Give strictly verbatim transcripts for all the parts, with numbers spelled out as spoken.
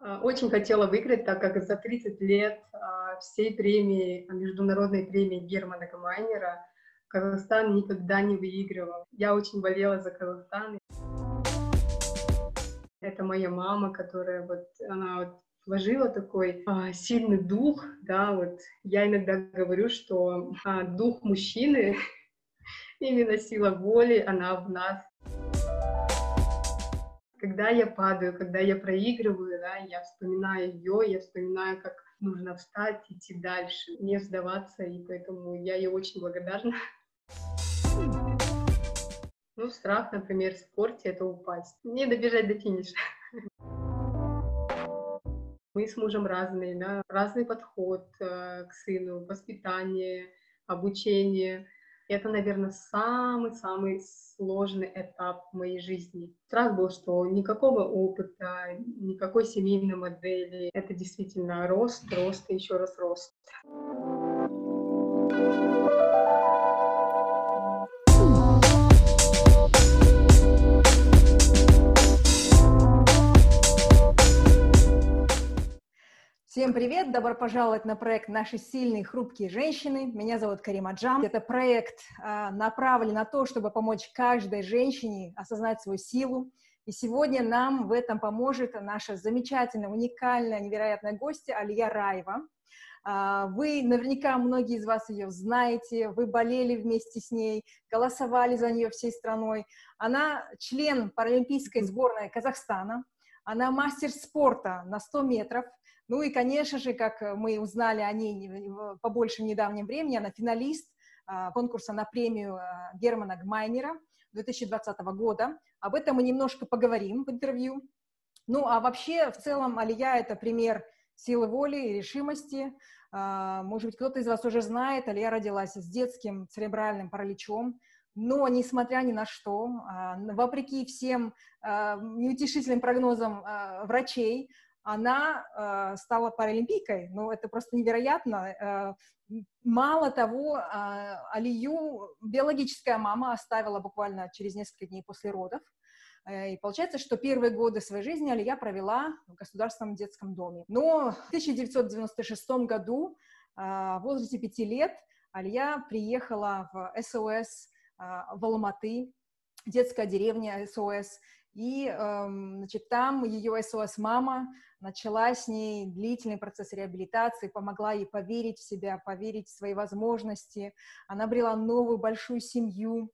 А, Очень хотела выиграть, так как за тридцать лет а, всей премии, а, международной премии Германа Гмайнера Казахстан никогда не выигрывал. Я очень болела за Казахстан. Это моя мама, которая вот, она вот вложила такой а, сильный дух, да, вот я иногда говорю, что а, дух мужчины, именно сила воли, она в нас. Когда я падаю, когда я проигрываю, да, я вспоминаю ее, я вспоминаю, как нужно встать, идти дальше, не сдаваться, и поэтому я ей очень благодарна. Ну, страх, например, в спорте — это упасть, не добежать до финиша. Мы с мужем разные, да, разный подход э, к сыну, воспитание, обучение. Это, наверное, самый-самый сложный этап в моей жизни. Страх был, что никакого опыта, никакой семейной модели. Это действительно рост, рост и еще раз рост. Всем привет! Добро пожаловать на проект «Наши сильные хрупкие женщины». Меня зовут Карима Джам. Это проект э, направлен на то, чтобы помочь каждой женщине осознать свою силу. И сегодня нам в этом поможет наша замечательная, уникальная, невероятная гостья Алия Раева. Э, вы наверняка, многие из вас ее знаете, вы болели вместе с ней, голосовали за нее всей страной. Она член паралимпийской сборной Казахстана, она мастер спорта на сто метров. Ну и, конечно же, как мы узнали о ней побольше в недавнем времени, она финалист а, конкурса на премию а, Германа Гмайнера две тысячи двадцатого года. Об этом мы немножко поговорим в интервью. Ну а вообще, в целом, Алия — это пример силы воли и решимости. А, может быть, кто-то из вас уже знает, Алия родилась с детским церебральным параличом. Но, несмотря ни на что, а, вопреки всем а, неутешительным прогнозам а, врачей, она э, стала паралимпийкой. Ну, это просто невероятно. Э, мало того, э, Алию биологическая мама оставила буквально через несколько дней после родов. Э, и получается, что первые годы своей жизни Алия провела в государственном детском доме. Но в тысяча девятьсот девяносто шестом году, э, в возрасте пяти лет, Алия приехала в эс о эс э, в Алматы, детская деревня эс о эс. И, значит, там ее эс о эс-мама начала с ней длительный процесс реабилитации, помогла ей поверить в себя, поверить в свои возможности. Она обрела новую большую семью.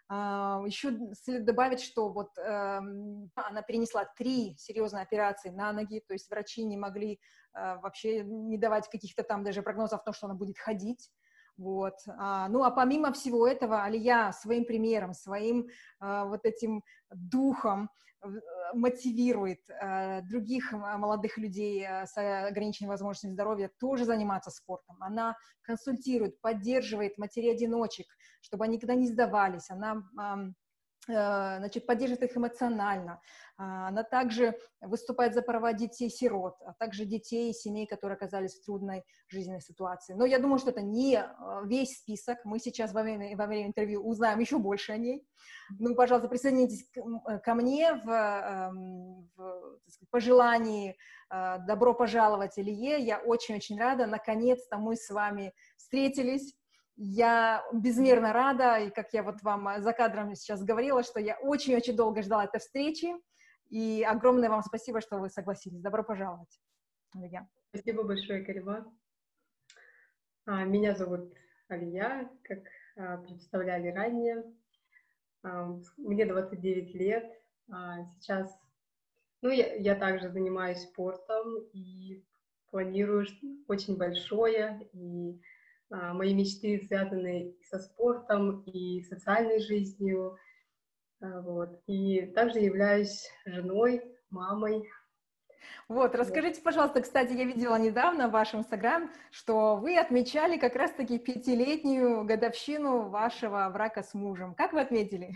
Еще следует добавить, что вот она перенесла три серьезные операции на ноги, то есть врачи не могли вообще не давать каких-то там даже прогнозов о том, что она будет ходить. Вот. А, ну, а помимо всего этого, Алия своим примером, своим а, вот этим духом мотивирует а, других молодых людей а, с ограниченными возможностями здоровья тоже заниматься спортом. Она консультирует, поддерживает матерей-одиночек, чтобы они никогда не сдавались. Она а, значит, поддерживает их эмоционально. Она также выступает за права детей-сирот, а также детей и семей, которые оказались в трудной жизненной ситуации. Но я думаю, что это не весь список. Мы сейчас во время, во время интервью узнаем еще больше о ней. Ну, пожалуйста, присоединяйтесь ко мне в, в так сказать, пожелании «Добро пожаловать, Алие». Я очень-очень рада. Наконец-то мы с вами встретились. Я безмерно рада, и как я вот вам за кадром сейчас говорила, что я очень-очень долго ждала этой встречи, и огромное вам спасибо, что вы согласились. Добро пожаловать, Алия. Спасибо большое, Карима. Меня зовут Алия, как представляли ранее. Мне двадцать девять лет. Сейчас, ну, я, я также занимаюсь спортом и планирую очень большое, и а, мои мечты связаны и со спортом, и социальной жизнью, а, вот. И также являюсь женой, мамой. Вот, расскажите, пожалуйста, кстати, я видела недавно в вашем инстаграм, что вы отмечали как раз-таки пятилетнюю годовщину вашего брака с мужем. Как вы отметили?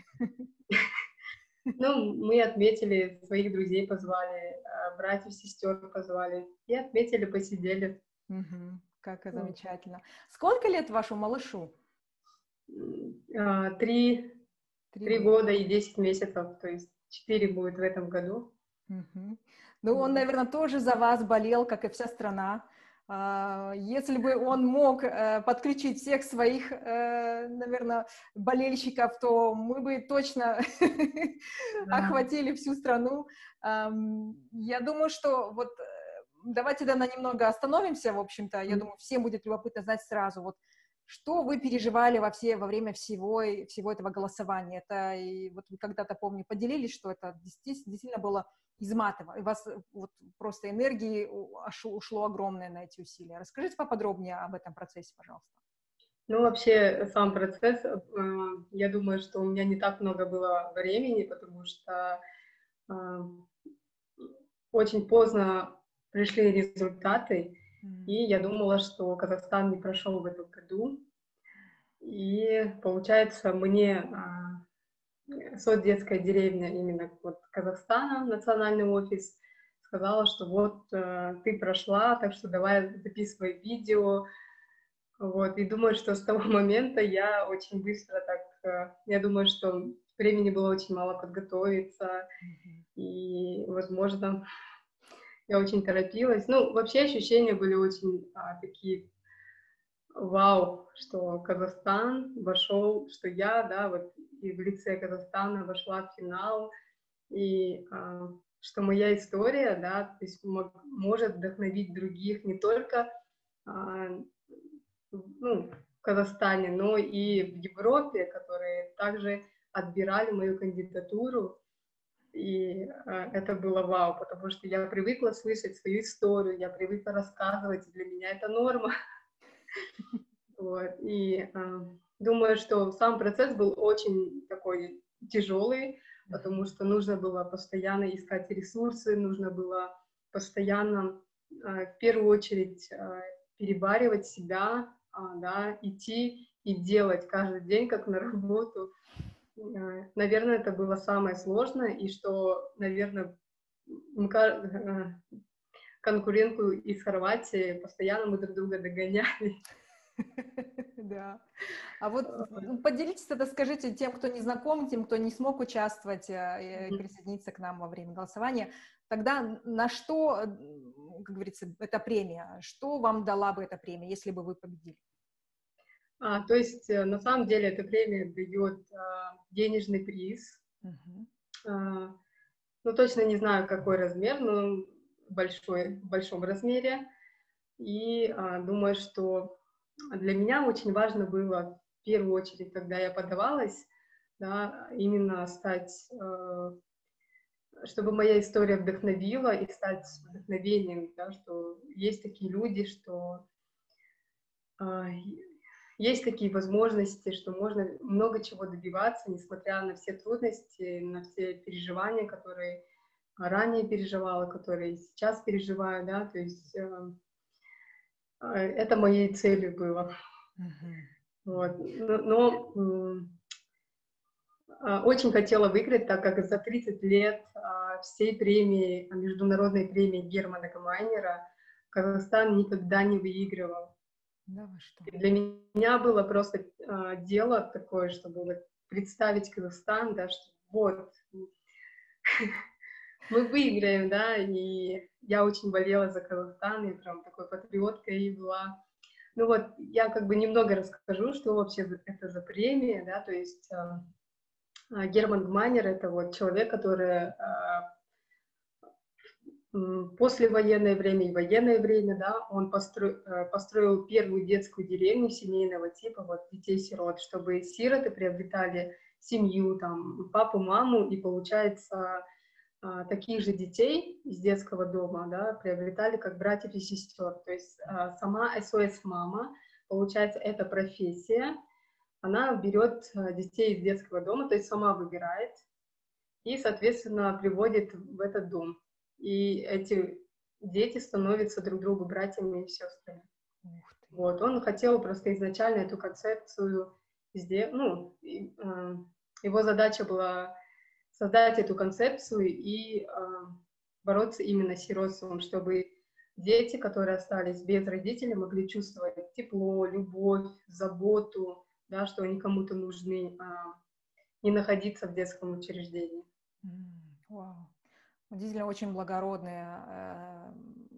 Ну, мы отметили, своих друзей позвали, братьев, сестер позвали, и отметили, посидели. Угу, как замечательно. Сколько лет вашему малышу? Три, три года и десять месяцев, то есть четыре будет в этом году. Мгм. Ну, он, Вот. наверное, тоже за вас болел, как и вся страна. А, Если бы он мог э, подключить всех своих, наверное, болельщиков, то мы бы точно Да. охватили всю страну. Ам, Я думаю, что вот э, давайте тогда немного остановимся, в общем-то. Я думаю, всем будет любопытно знать сразу, вот что вы переживали во, все, во время всего, и- всего этого голосования. Это, и вот вы когда-то, помню, поделились, что это действительно, действительно было изматывало, и у вас э, вот просто энергии у- аш- ушло огромное на эти усилия. Расскажите поподробнее об этом процессе, пожалуйста. Ну, вообще, сам процесс, э, я думаю, что у меня не так много было времени, потому что э, очень поздно пришли результаты, и М, я думала, что Казахстан не прошел в этом году. И получается, мне а, соцдетская деревня именно вот Казахстана, национальный офис, сказала, что вот э, ты прошла, так что давай записывай видео. Вот, и думаю, что с того момента я очень быстро так, э, я думаю, что времени было очень мало подготовиться, мгм. и, возможно, я очень торопилась. Ну, вообще ощущения были очень а, такие, вау, что Казахстан вошел, что я, да, вот и в лице Казахстана вошла в финал, и а, что моя история, да, то есть мо- может вдохновить других не только а, ну, в Казахстане, но и в Европе, которые также отбирали мою кандидатуру. И э, это было вау, потому что я привыкла слышать свою историю, я привыкла рассказывать, и для меня это норма. Вот. И э, думаю, что сам процесс был очень такой тяжелый, потому Мгм. что нужно было постоянно искать ресурсы, нужно было постоянно, э, в первую очередь, э, перебаривать себя, а, да, идти и делать каждый день, как на работу. Э, Наверное, это было самое сложное, и что, наверное, мы ка- э, конкурентку из Хорватии постоянно мы друг друга догоняли. Да. А вот м, поделитесь тогда, скажите тем, кто не знаком, тем, кто не смог участвовать э, и Мгм. присоединиться к нам во время голосования, тогда на что, э, м, как говорится, эта премия? Что вам дала бы эта премия, если бы вы победили? А, то есть, э, на самом деле, эта премия дает а, денежный приз. Мгм. А, ну, точно не знаю, какой размер, но большой, в большом размере. И а, думаю, что для меня очень важно было, в первую очередь, когда я подавалась, да, именно стать, э, чтобы моя история вдохновила и стать вдохновением, да, что есть такие люди, что а, есть такие возможности, что можно много чего добиваться, несмотря на все трудности, на все переживания, которые ранее переживала, которые сейчас переживаю, да, то есть э, э, это моей целью было. Мгм. Вот. Но, но м, а, очень хотела выиграть, так как за тридцать лет а, всей премии, а, международной премии Германа Гамайнера Казахстан никогда не выигрывал. Да вы что? И для меня было просто а, дело такое, чтобы вот представить Казахстан, да, что вот, мы выиграем, да, и я очень болела за Казахстан, я прям такой патриоткой и была. Ну вот, я как бы немного расскажу, что вообще за- это за премия, да, то есть а, а, Герман Гмайнер — это вот человек, который а, м, послевоенное время и военное время, да, он постро- э, построил первую детскую деревню семейного типа, вот, детей-сирот, чтобы сироты приобретали семью, там, папу, маму, и, получается, а, таких же детей из детского дома, да, приобретали как братьев и сестер. То есть а, сама эс о эс-мама, получается, это профессия, она берет а, детей из детского дома, то есть сама выбирает, и, соответственно, приводит в этот дом. И эти дети становятся друг другу братьями и сестрами. Ух ты. Вот. Он хотел просто изначально эту концепцию сделать, ну, и, э, его задача была создать эту концепцию и э, бороться именно с сиротством, чтобы дети, которые остались без родителей, могли чувствовать тепло, любовь, заботу, да, что они кому-то нужны, а не находиться в детском учреждении. М, Вау. Действительно, очень благородная э,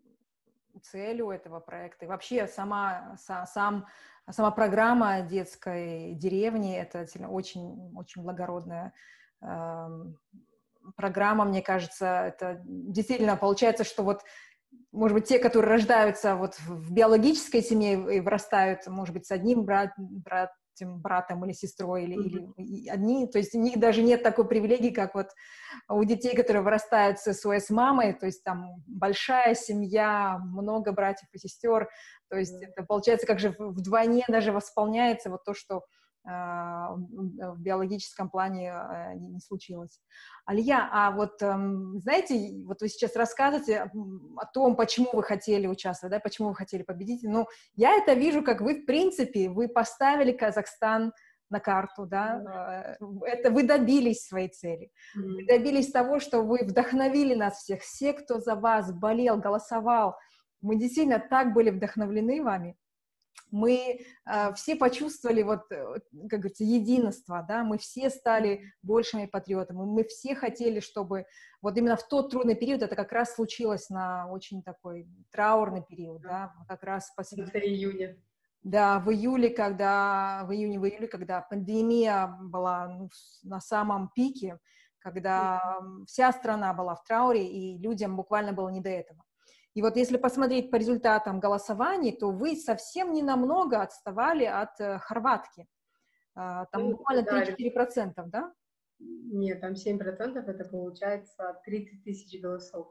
цель у этого проекта. И вообще сама, са, сам, сама программа детской деревни — это очень, очень благородная э, программа, мне кажется. Это действительно получается, что вот, может быть, те, которые рождаются вот в биологической семье и вырастают, может быть, с одним брат, брат, братом или сестрой, или, Mm-hmm. или одни, то есть у них даже нет такой привилегии, как вот у детей, которые вырастают с СОС с мамой, то есть там большая семья, много братьев и сестер, то есть Mm-hmm. это получается как же вдвойне даже восполняется вот то, что э, в биологическом плане э, не, не случилось. Алия, а вот э, знаете, вот вы сейчас рассказываете о том, почему вы хотели участвовать, да, почему вы хотели победить, ну, я это вижу, как вы, в принципе, вы поставили Казахстан на карту, да, mm-hmm. это вы добились своей цели, mm-hmm. вы добились того, что вы вдохновили нас всех, все, кто за вас болел, голосовал, мы действительно так были вдохновлены вами, мы э, все почувствовали, вот, как говорится, единство, да, мы все стали большими патриотами, мы все хотели, чтобы вот именно в тот трудный период, это как раз случилось на очень такой траурный период, да, как раз посвятили... июня. Да, в июле, когда, в июне, в июле, когда пандемия была ну, на самом пике, когда вся страна была в трауре, и людям буквально было не до этого. И вот если посмотреть по результатам голосований, то вы совсем не намного отставали от э, хорватки. А, там ну, буквально да, три-четыре процента, да? Нет, там семь процентов, это получается тридцать тысяч голосов.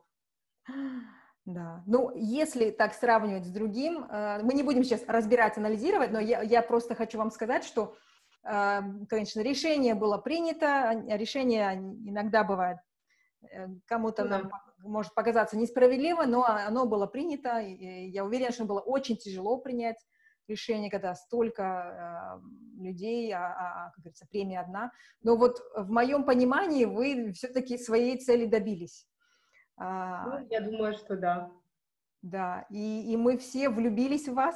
Да, ну, если так сравнивать с другим, э, мы не будем сейчас разбирать, анализировать, но я, я просто хочу вам сказать, что, э, конечно, решение было принято, решение иногда бывает, э, кому-то ну, нам да. может показаться несправедливо, но оно было принято, и я уверена, что было очень тяжело принять решение, когда столько э, людей, а, а, как говорится, премия одна, но вот в моем понимании вы все-таки своей цели добились. Ну, я думаю, что да. Да, и, и мы все влюбились в вас.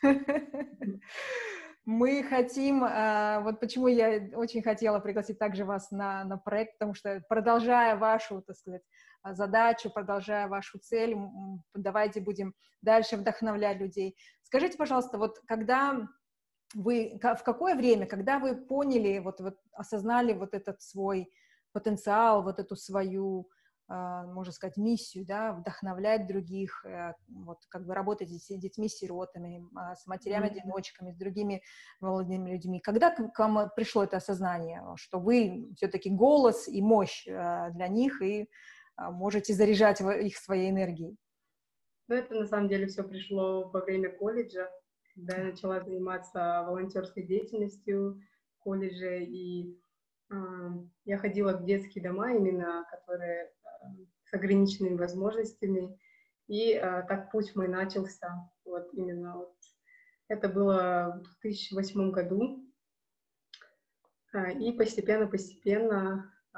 Мы хотим, вот почему я очень хотела пригласить также вас на, на проект, потому что, продолжая вашу, так сказать, задачу, продолжая вашу цель, давайте будем дальше вдохновлять людей. Скажите, пожалуйста, вот когда вы, в какое время, когда вы поняли, вот, вот осознали вот этот свой потенциал, вот эту свою, можно сказать, миссию, да, вдохновлять других, вот, как бы работать с детьми-сиротами, с матерями-одиночками, с другими молодыми людьми. Когда к вам пришло это осознание, что вы все-таки голос и мощь для них, и можете заряжать их своей энергией? Ну, это на самом деле все пришло во время колледжа, когда я начала заниматься волонтерской деятельностью в колледже, и э, я ходила в детские дома, именно которые э, с ограниченными возможностями, и э, так путь мой начался, вот именно вот. Это было в две тысячи восьмом году, э, и постепенно-постепенно э,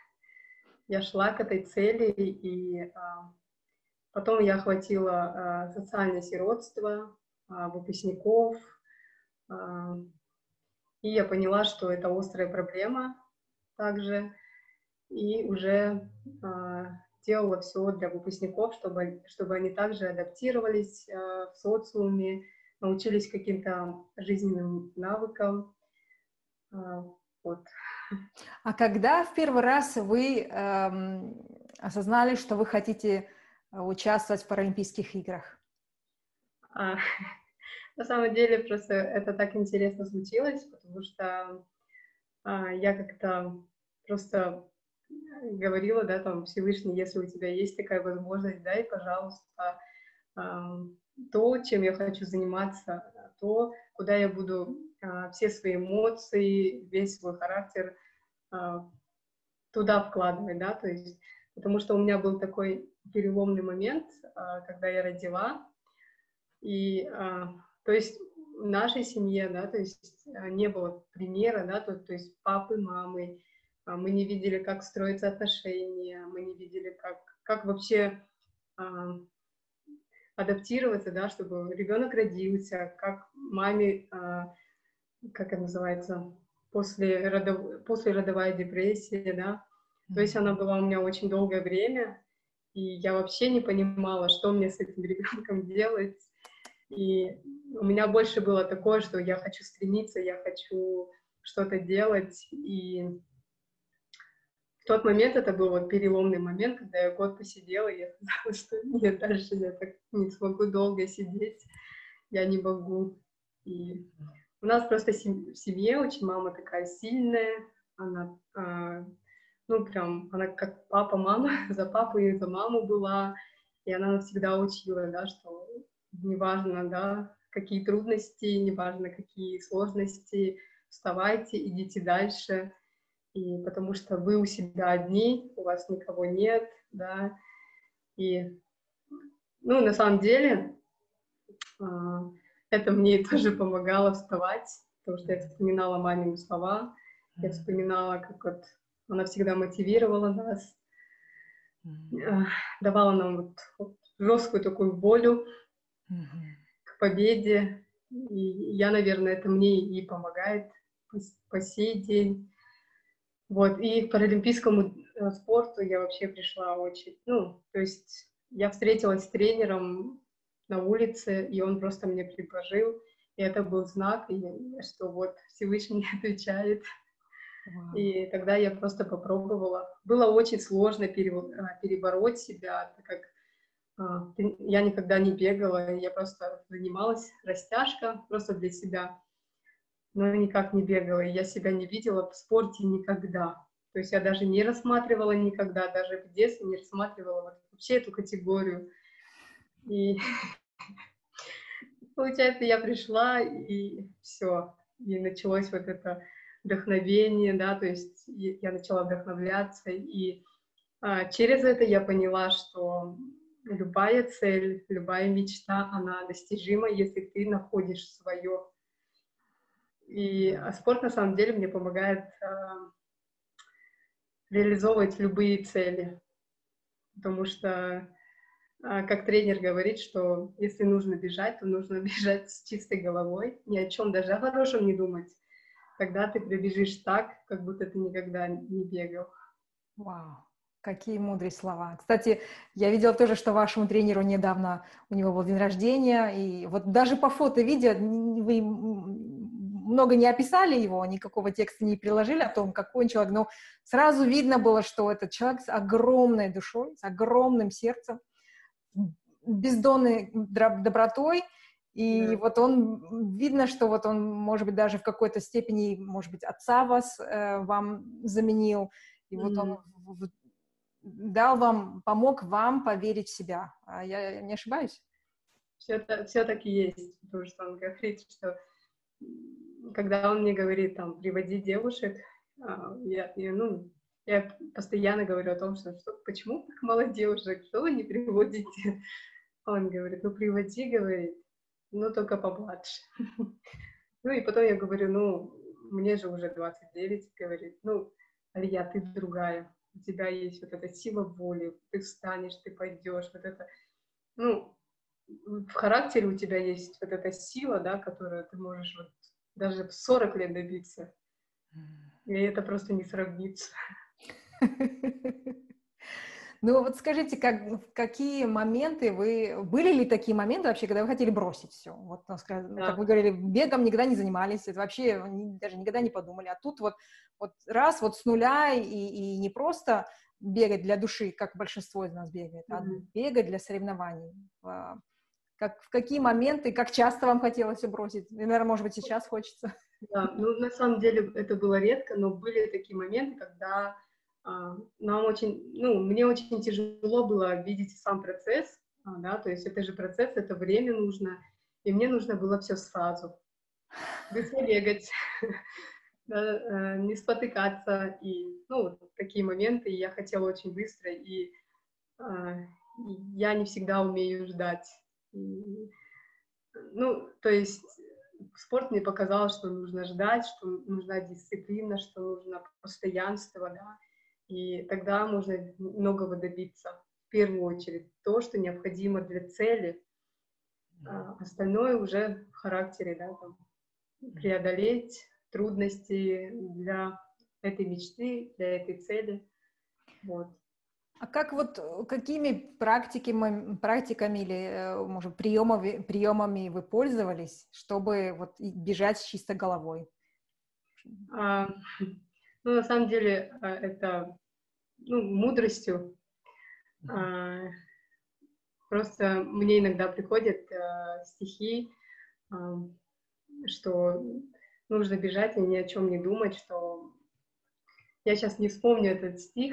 я шла к этой цели, и э, потом я охватила э, социальное сиротство, э, выпускников, э, и я поняла, что это острая проблема также, и уже э, делала все для выпускников, чтобы, чтобы они также адаптировались э, в социуме, научились каким-то жизненным навыкам. Э, вот. А когда в первый раз вы эм, осознали, что вы хотите участвовать в Паралимпийских играх? А, на самом деле, просто это так интересно случилось, потому что а, я как-то просто говорила, да, там, Всевышний, если у тебя есть такая возможность, дай, пожалуйста, а, то, чем я хочу заниматься, то, куда я буду а, все свои эмоции, весь свой характер а, туда вкладывать, да, то есть, потому что у меня был такой переломный момент, а, когда я родила, и, а, то есть, в нашей семье, да, то есть, не было примера, да, то, то есть, папы, мамы, а, мы не видели, как строятся отношения, мы не видели, как, как вообще а, адаптироваться, да, чтобы ребенок родился, как маме, а, как это называется, после родов... послеродовая депрессия, да, то есть она была у меня очень долгое время, и я вообще не понимала, что мне с этим ребенком делать. И у меня больше было такое, что я хочу стремиться, я хочу что-то делать. И в тот момент это был вот переломный момент, когда я год посидела, и я сказала, что нет, дальше я так не смогу долго сидеть, я не могу. И у нас просто в семье очень мама такая сильная, она, а, ну, прям, она как папа, мама, за папу и за маму была, и она нас всегда учила, да, что неважно, да, какие трудности, неважно, какие сложности, вставайте, идите дальше, и потому что вы у себя одни, у вас никого нет, да, и, ну, на самом деле, а, это мне тоже помогало вставать, потому что я вспоминала мамины слова, я вспоминала, как вот она всегда мотивировала нас, а, давала нам вот, вот жесткую такую волю к победе, и я, наверное, это мне и помогает по, по сей день. Вот, и к паралимпийскому э, спорту я вообще пришла очень, ну, то есть я встретилась с тренером на улице, и он просто мне предложил, и это был знак, и, что вот Всевышний отвечает. Wow. И тогда я просто попробовала. Было очень сложно перебороть себя, так как а, я никогда не бегала, я просто занималась растяжка просто для себя, но никак не бегала, и я себя не видела в спорте никогда. То есть я даже не рассматривала никогда, даже в детстве не рассматривала вот вообще эту категорию. И получается, я пришла, и все, и началось вот это вдохновение, да, то есть я начала вдохновляться, и а, через это я поняла, что любая цель, любая мечта, она достижима, если ты находишь свое. И а спорт, на самом деле, мне помогает а, реализовывать любые цели, потому что, а, как тренер говорит, что если нужно бежать, то нужно бежать с чистой головой, ни о чем даже о хорошем не думать. Тогда ты пробежишь так, как будто ты никогда не бегал. Вау, какие мудрые слова. Кстати, я видела тоже, что вашему тренеру недавно, у него был день рождения, и вот даже по фото видео вы много не описали его, никакого текста не приложили о том, какой он человек, но сразу видно было, что этот человек с огромной душой, с огромным сердцем, бездонной добротой, и да. Вот он, видно, что вот он, может быть, даже в какой-то степени, может быть, отца вас э, вам заменил, и mm-hmm. вот он в, в, дал вам, помог вам поверить в себя. А я, я не ошибаюсь? Все, все так и есть, потому что он говорит, что когда он мне говорит, там, приводи девушек, я, я, ну, я постоянно говорю о том, что, что почему так мало девушек, что вы не приводите? Он говорит, ну, приводи, говорит, но только помладше. Ну, и потом я говорю, ну, мне же уже двадцать девять, говорит, ну, Алия, ты другая, у тебя есть вот эта сила воли, ты встанешь, ты пойдешь, вот это, ну, в характере у тебя есть вот эта сила, да, которую ты можешь вот даже в сорок лет добиться, и это просто не сравнится. Ну вот скажите, как, в какие моменты вы... Были ли такие моменты вообще, когда вы хотели бросить все? Вот, да. Как вы говорили, бегом никогда не занимались, это вообще даже никогда не подумали. А тут вот, вот раз, вот с нуля, и, и не просто бегать для души, как большинство из нас бегает, mm-hmm. а бегать для соревнований. Как, в какие моменты, как часто вам хотелось все бросить? И, наверное, может быть, сейчас хочется. Да, ну, на самом деле это было редко, но были такие моменты, когда нам очень, ну, мне очень тяжело было видеть сам процесс, да, то есть это же процесс, это время нужно, и мне нужно было все сразу. Быстро бегать, да, не спотыкаться, и, ну, такие моменты, и я хотела очень быстро, и а, я не всегда умею ждать. И, ну, то есть спорт мне показал, что нужно ждать, что нужна дисциплина, что нужно постоянство, да, и тогда можно многого добиться. В первую очередь то, что необходимо для цели, а остальное уже в характере, да, там, преодолеть трудности для этой мечты, для этой цели. Вот. А как вот, э, какими практиками, практиками или, э, может, приемами, приемами вы пользовались, чтобы вот и бежать с чистой головой? А, ну, на самом деле, а, это, ну, мудростью. А, просто мне иногда приходят а, стихи, а, что нужно бежать и ни о чем не думать, что я сейчас не вспомню этот стих,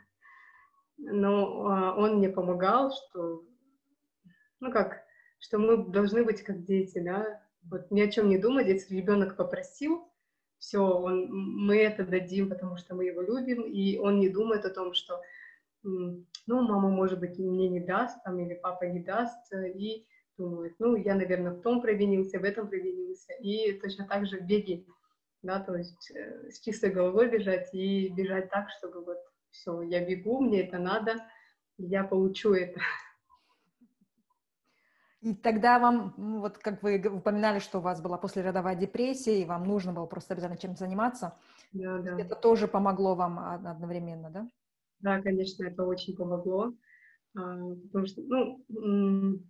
но а, он мне помогал, что, ну как, что мы должны быть как дети, да, вот ни о чем не думать, если ребенок попросил, все, он, мы это дадим, потому что мы его любим, и он не думает о том, что, м, ну, мама, может быть, мне не даст, там, или папа не даст, э, и думает, ну, я, наверное, в том провинился, в этом провинился, и точно так же в беге, да, то есть э, с чистой головой бежать и бежать так, чтобы вот все, я бегу, мне это надо, я получу это. И тогда вам, м, вот как вы г- упоминали, что у вас была послеродовая депрессия, и вам нужно было просто обязательно чем-то заниматься, Да, то есть да. это тоже помогло вам од- одновременно, да? Да, конечно, это очень помогло, а, потому что, ну, м,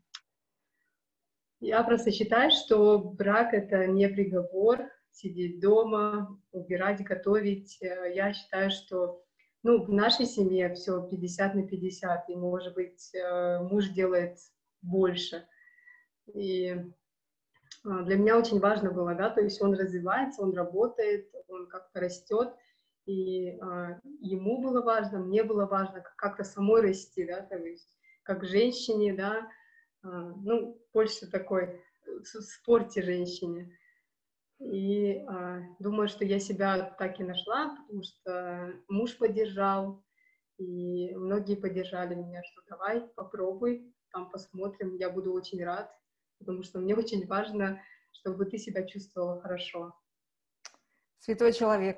я просто считаю, что брак — это не приговор, сидеть дома, убирать, готовить. Э, Я считаю, что, ну, в нашей семье все пятьдесят на пятьдесят, и, может быть, э, муж делает больше. И а, для меня очень важно было, да, то есть он развивается, он работает, он как-то растет, и а, ему было важно, мне было важно как- как-то самой расти, да, то есть как женщине, да, а, ну, больше такой э, в спорте женщине. И а, думаю, что я себя так и нашла, потому что муж поддержал, и многие поддержали меня, что давай, попробуй, там посмотрим, я буду очень рад, потому что мне очень важно, чтобы ты себя чувствовала хорошо. Святой человек.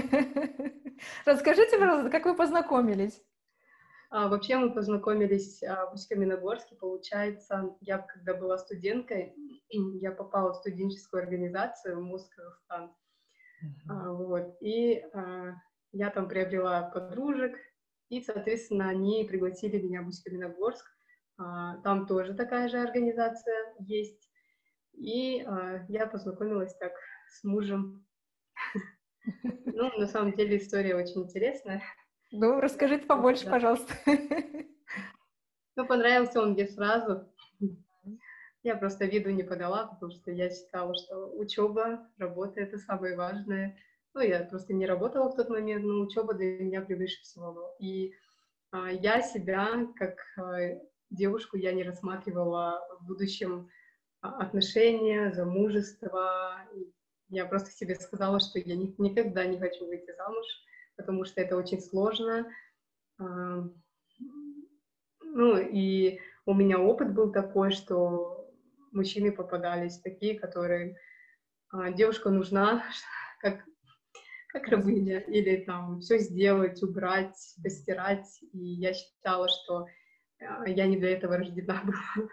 Расскажите, пожалуйста, как вы познакомились? А, вообще мы познакомились а, в Усть-Каменогорске, получается, я когда была студенткой, я попала в студенческую организацию в МУЗ Казахстан, Мгм. а, вот, и а, я там приобрела подружек, и, соответственно, они пригласили меня в Усть-Каменогорск, а, там тоже такая же организация есть, и а, я познакомилась так с мужем. Ну, на самом деле история очень интересная. Ну, расскажите побольше, Да. пожалуйста. Ну, понравился он мне сразу. Я просто виду не подала, потому что я считала, что учеба, работа — это самое важное. Ну, я просто не работала в тот момент, но учеба для меня превыше всего была. И а, я себя как а, девушку я не рассматривала в будущем а, отношения, замужество. И я просто себе сказала, что я ни- никогда не хочу выйти замуж, потому что это очень сложно. А, Ну, и у меня опыт был такой, что мужчины попадались такие, которые а, девушка нужна как, как рабыня, или там все сделать, убрать, постирать. И я считала, что а, я не для этого рождена была.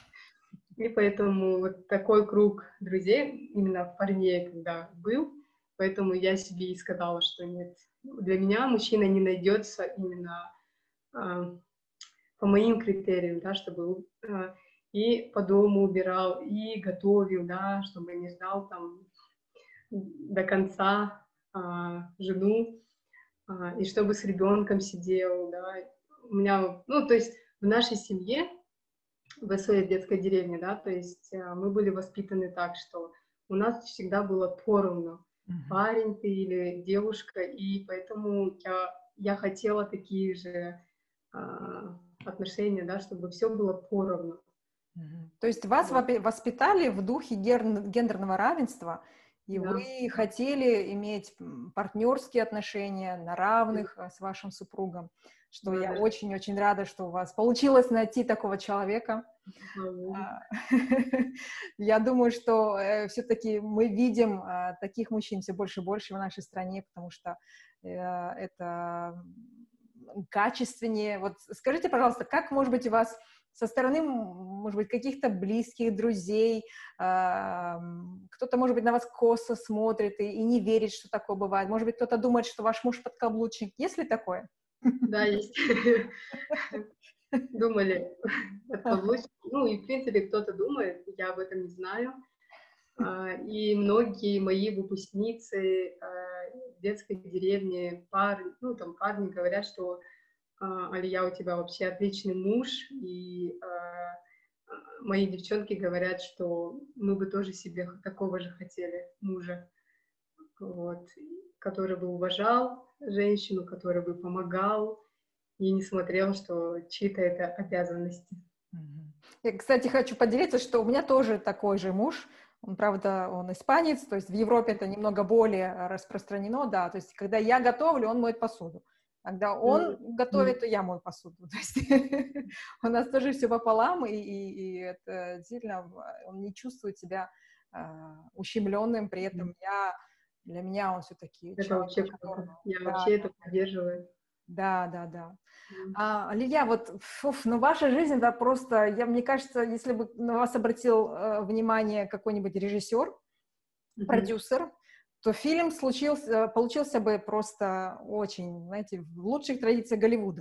И поэтому вот такой круг друзей, именно парней, когда был, поэтому я себе и сказала, что нет, для меня мужчина не найдется именно а, по моим критериям, да, чтобы э, и по дому убирал, и готовил, да, чтобы не ждал там до конца а, жену, а, и чтобы с ребенком сидел, да. У меня, ну, то есть в нашей семье, в своей детской деревне, да, то есть а, мы были воспитаны так, что у нас всегда было поровну, Мгм. парень ты или девушка, и поэтому я, я хотела такие же а, отношения, да, чтобы все было поровну. Мгм. То есть вас Вот, вопи- воспитали в духе гер- гендерного равенства, и да, вы да, хотели иметь м, партнерские отношения на равных а, с вашим супругом, что да, я да, очень-очень рада, что у вас получилось найти такого человека. слава Богу. А, Я думаю, что все-таки мы видим а, таких мужчин все больше и больше в нашей стране, потому что э, это м, качественнее. Вот скажите, пожалуйста, как, может быть, у вас со стороны, м, может быть, каких-то близких, друзей, а, м, кто-то, может быть, на вас косо смотрит и, и не верит, что такое бывает. Может быть, кто-то думает, что ваш муж подкаблучник. Есть ли такое? Да, есть. Думали, это лучше. Ну, и, в принципе, кто-то думает, я об этом не знаю. А, И многие мои выпускницы а, детской деревни, парни, ну, там парни говорят, что а, Алия, у тебя вообще отличный муж, и а, а, мои девчонки говорят, что мы бы тоже себе такого же хотели мужа, вот, который бы уважал женщину, который бы помогал и не смотрел, что чьи-то это обязанности. Мгм. Я, кстати, хочу поделиться, что у меня тоже такой же муж. Он, правда, он испанец, то есть в Европе это немного более распространено, да. То есть когда я готовлю, он моет посуду. Когда он М, готовит, то я мою посуду. То есть у нас тоже все пополам, и, и, и это действительно, он не чувствует себя а, ущемленным, при этом м. я, для меня он все-таки Это человек, вообще круто. которому... Я Да, вообще это поддерживаю. да, да, да. М, А, Лилия, вот, фуф, ну, ваша жизнь, это просто, я, мне кажется, если бы на вас обратил э, внимание какой-нибудь режиссер, мгм. продюсер, то фильм случился, получился бы просто очень, знаете, в лучших традициях Голливуда.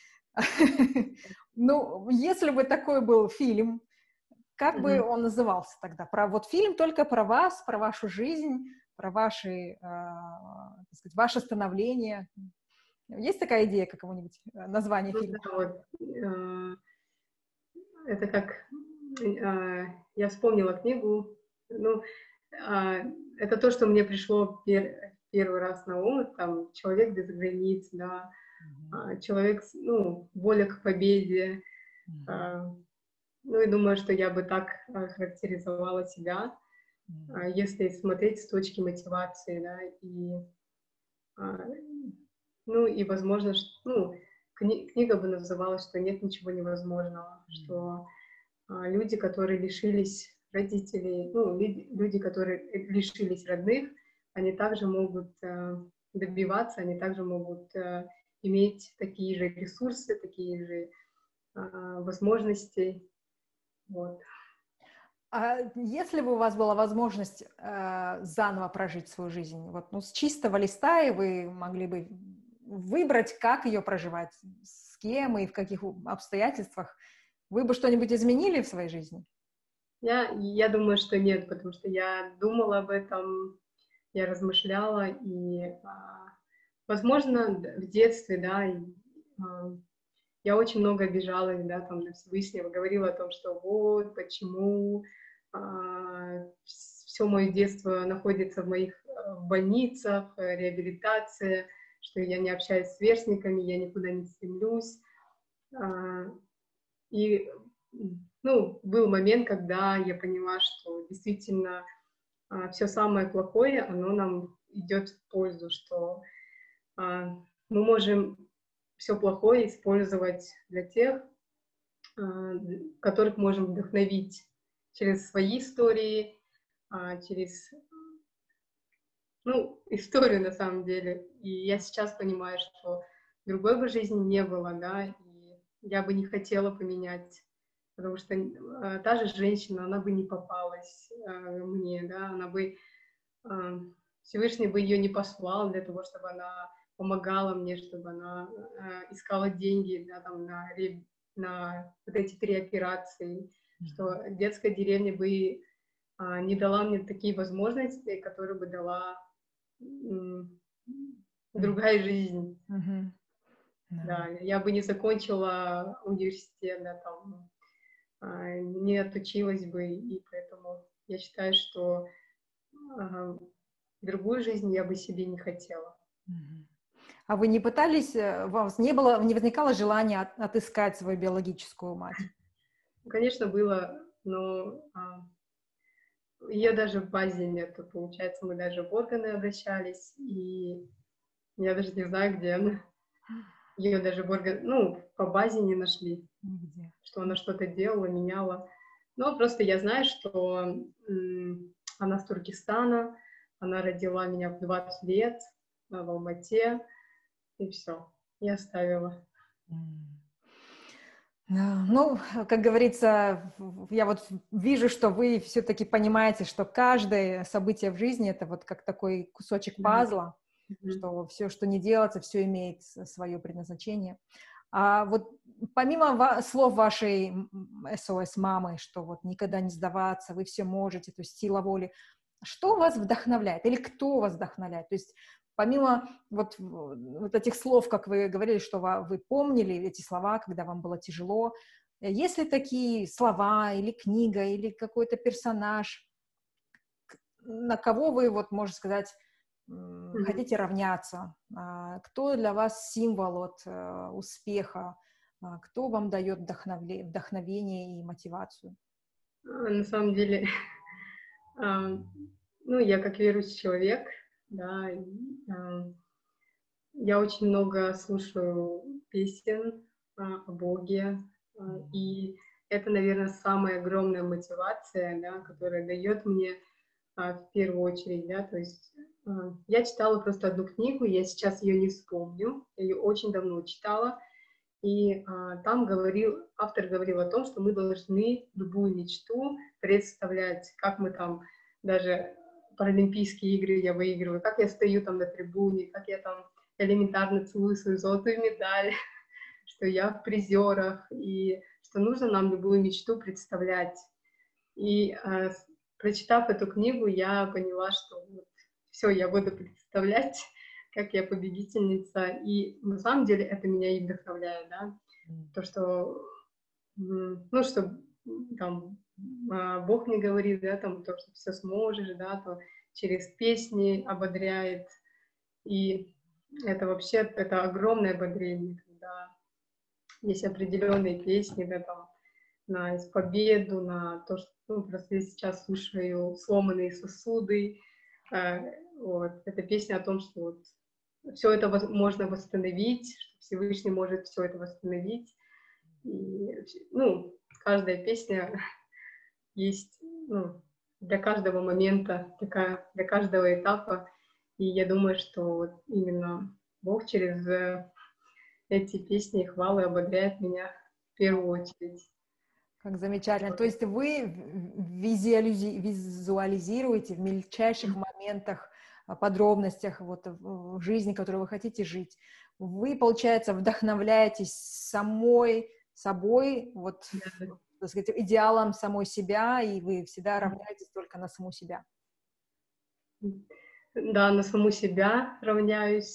Ну, если бы такой был фильм, как бы Мгм. он назывался тогда? Про вот фильм только про вас, про вашу жизнь, про ваши, а, так сказать, ваше становление. Есть такая идея какого-нибудь э, названия Ну фильма? да, вот, э, это как, э, я вспомнила книгу, ну, а, это то, что мне пришло пер- первый раз на ум, там, «Человек без границ», да, Мгм. а, «Человек, с- ну, воля к победе», Мгм. а, ну, и думаю, что я бы так а, характеризовала себя, а, Мгм. если смотреть с точки мотивации, да, и А, ну и, возможно, ш ну, кни книга бы называлась, что нет ничего невозможного, Мгм. что, а, люди, которые лишились родителей, ну, люди люди, которые, э, лишились родных, они также могут, э, добиваться, они также могут, э, иметь такие же ресурсы, такие же, а, возможности. Вот. А если бы у вас была возможность э, заново прожить свою жизнь, вот, ну, с чистого листа, и вы могли бы выбрать, как ее проживать, с кем и в каких у- обстоятельствах, вы бы что-нибудь изменили в своей жизни? Я я думаю, что нет, потому что я думала об этом, я размышляла, и, а, возможно, д в детстве, да, и, а, я очень много обижалась, да, там, на Всевышнего, говорила о том, что вот почему, а, всё моё детство находится в моих, э, в больницах, э, реабилитация, что я не общаюсь с сверстниками, я никуда не стремлюсь. А, и, м, ну, был момент, когда я поняла, что действительно все самое плохое, оно нам идет в пользу, что а, мы можем все плохое использовать для тех, а, д- которых можем вдохновить через свои истории, а, через, ну, историю на самом деле. И я сейчас понимаю, что другой бы жизни не было, да, и я бы не хотела поменять, потому что э, та же женщина, она бы не попалась э, мне, да, она бы а, Всевышний бы ее не послал для того, чтобы она помогала мне, чтобы она э, искала деньги, да, там, на, ре- на вот эти три операции, что детская деревня бы а, не дала мне такие возможности, которые бы дала м, Мгм. другая жизнь. Мгм. Да. Да, я бы не закончила университет, да, там, а, не отучилась бы, и поэтому я считаю, что а, другую жизнь я бы себе не хотела. Мгм. А вы не пытались, э, у вас не было, не возникало желания от- отыскать свою биологическую мать? Ну, конечно, было, но а, ее даже в базе нету. Получается, мы даже в органы обращались, и я даже не знаю, где она. Ее даже в орган... ну, по базе не нашли, Нигде. что она что-то делала, меняла. Но просто я знаю, что м, она с Туркестана, она родила меня в двадцать лет а, в Алмате, и все, и оставила. М. Да, ну, как говорится, в- я вот вижу, что вы все-таки понимаете, что каждое событие в жизни — это вот как такой кусочек Да, пазла, Mm-hmm. что все, что не делается, все имеет свое предназначение. А вот помимо слов вашей эс о эс-мамы, что вот никогда не сдаваться, вы все можете, то есть сила воли, что вас вдохновляет или кто вас вдохновляет? То есть помимо вот, вот этих слов, как вы говорили, что вы помнили эти слова, когда вам было тяжело, есть ли такие слова или книга, или какой-то персонаж, на кого вы, вот, можно сказать, Mm-hmm. хотите равняться? Кто для вас символ вот, успеха? Кто вам дает вдохновле... вдохновение и мотивацию? На самом деле, ну, я как верующий человек, да, я очень много слушаю песен о Боге, и это, наверное, самая огромная мотивация, да, которая дает мне в первую очередь, да, то есть я читала просто одну книгу, я сейчас ее не вспомню, я ее очень давно читала, и а, там говорил, автор говорил о том, что мы должны любую мечту представлять, как мы там, даже Паралимпийские игры я выигрываю, как я стою там на трибуне, как я там элементарно целую свою золотую медаль, что я в призерах, и что нужно нам любую мечту представлять. И а, прочитав эту книгу, я поняла, что вот, все, я буду представлять, как я победительница, и на самом деле это меня и вдохновляет, да, то, что, ну, что там Бог мне говорит, да, там, то, что все сможешь, да, то через песни ободряет, и это вообще, это огромное ободрение, когда есть определенные песни, да, там, на победу, на то, что, ну, просто я сейчас слушаю «Сломанные сосуды», вот, это песня о том, что вот все это можно восстановить, что Всевышний может все это восстановить. И, ну, каждая песня есть, ну, для каждого момента, такая, для каждого этапа. И я думаю, что вот именно Бог через эти песни и хвалы ободряет меня в первую очередь. Как замечательно. То есть вы визуализи- визуализируете в мельчайших моментах, подробностях вот, в жизни, которую вы хотите жить. Вы, получается, вдохновляетесь самой собой, вот, Да. так сказать, идеалом самой себя, и вы всегда равняетесь только на саму себя. Да, на саму себя равняюсь.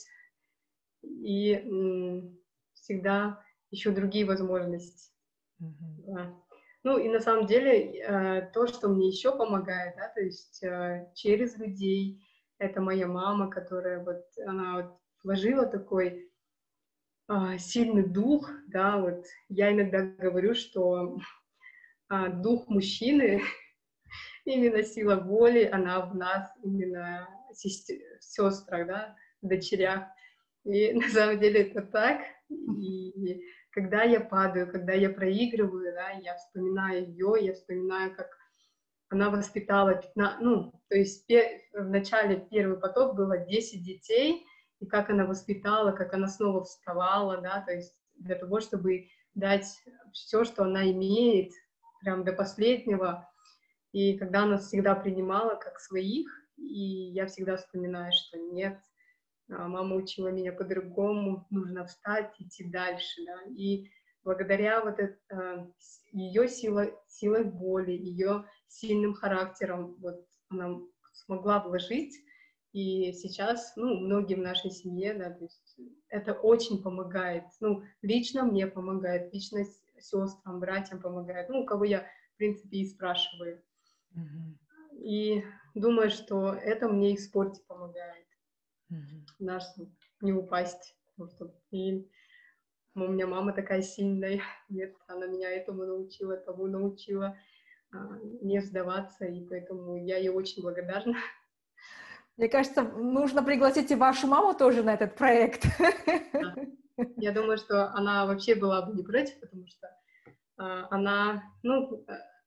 И м, всегда ищу другие возможности. Mm-hmm. Да. Ну и на самом деле э, то, что мне еще помогает, да, то есть э, через людей, это моя мама, которая вот, она вот вложила такой э, сильный дух, да, вот я иногда говорю, что э, дух мужчины, именно сила воли, она в нас, именно в сестрах, да, в дочерях. И на самом деле это так. И когда я падаю, когда я проигрываю, да, я вспоминаю ее, я вспоминаю, как она воспитала пятнадцать, ну, то есть в начале первый поток было десять детей, и как она воспитала, как она снова вставала, да, то есть для того, чтобы дать все, что она имеет, прям до последнего. И когда она всегда принимала как своих, и я всегда вспоминаю, что нет, мама учила меня по-другому, нужно встать, идти дальше, да, и благодаря вот это, ее сила, силой воли, ее сильным характером, вот она смогла вложить, и сейчас, ну, многим в нашей семье, да, то есть это очень помогает, ну, лично мне помогает, лично сестрам, братьям помогает, ну, у кого я, в принципе, и спрашиваю. Mm-hmm. И думаю, что это мне и в спорте помогает. Mm-hmm. Наш не упасть, потому что и у меня мама такая сильная, нет, она меня этому научила, тому научила, а, не сдаваться, и поэтому я ей очень благодарна. Мне кажется, нужно пригласить и вашу маму тоже на этот проект. Да. Я думаю, что она вообще была бы не против, потому что а, она, ну,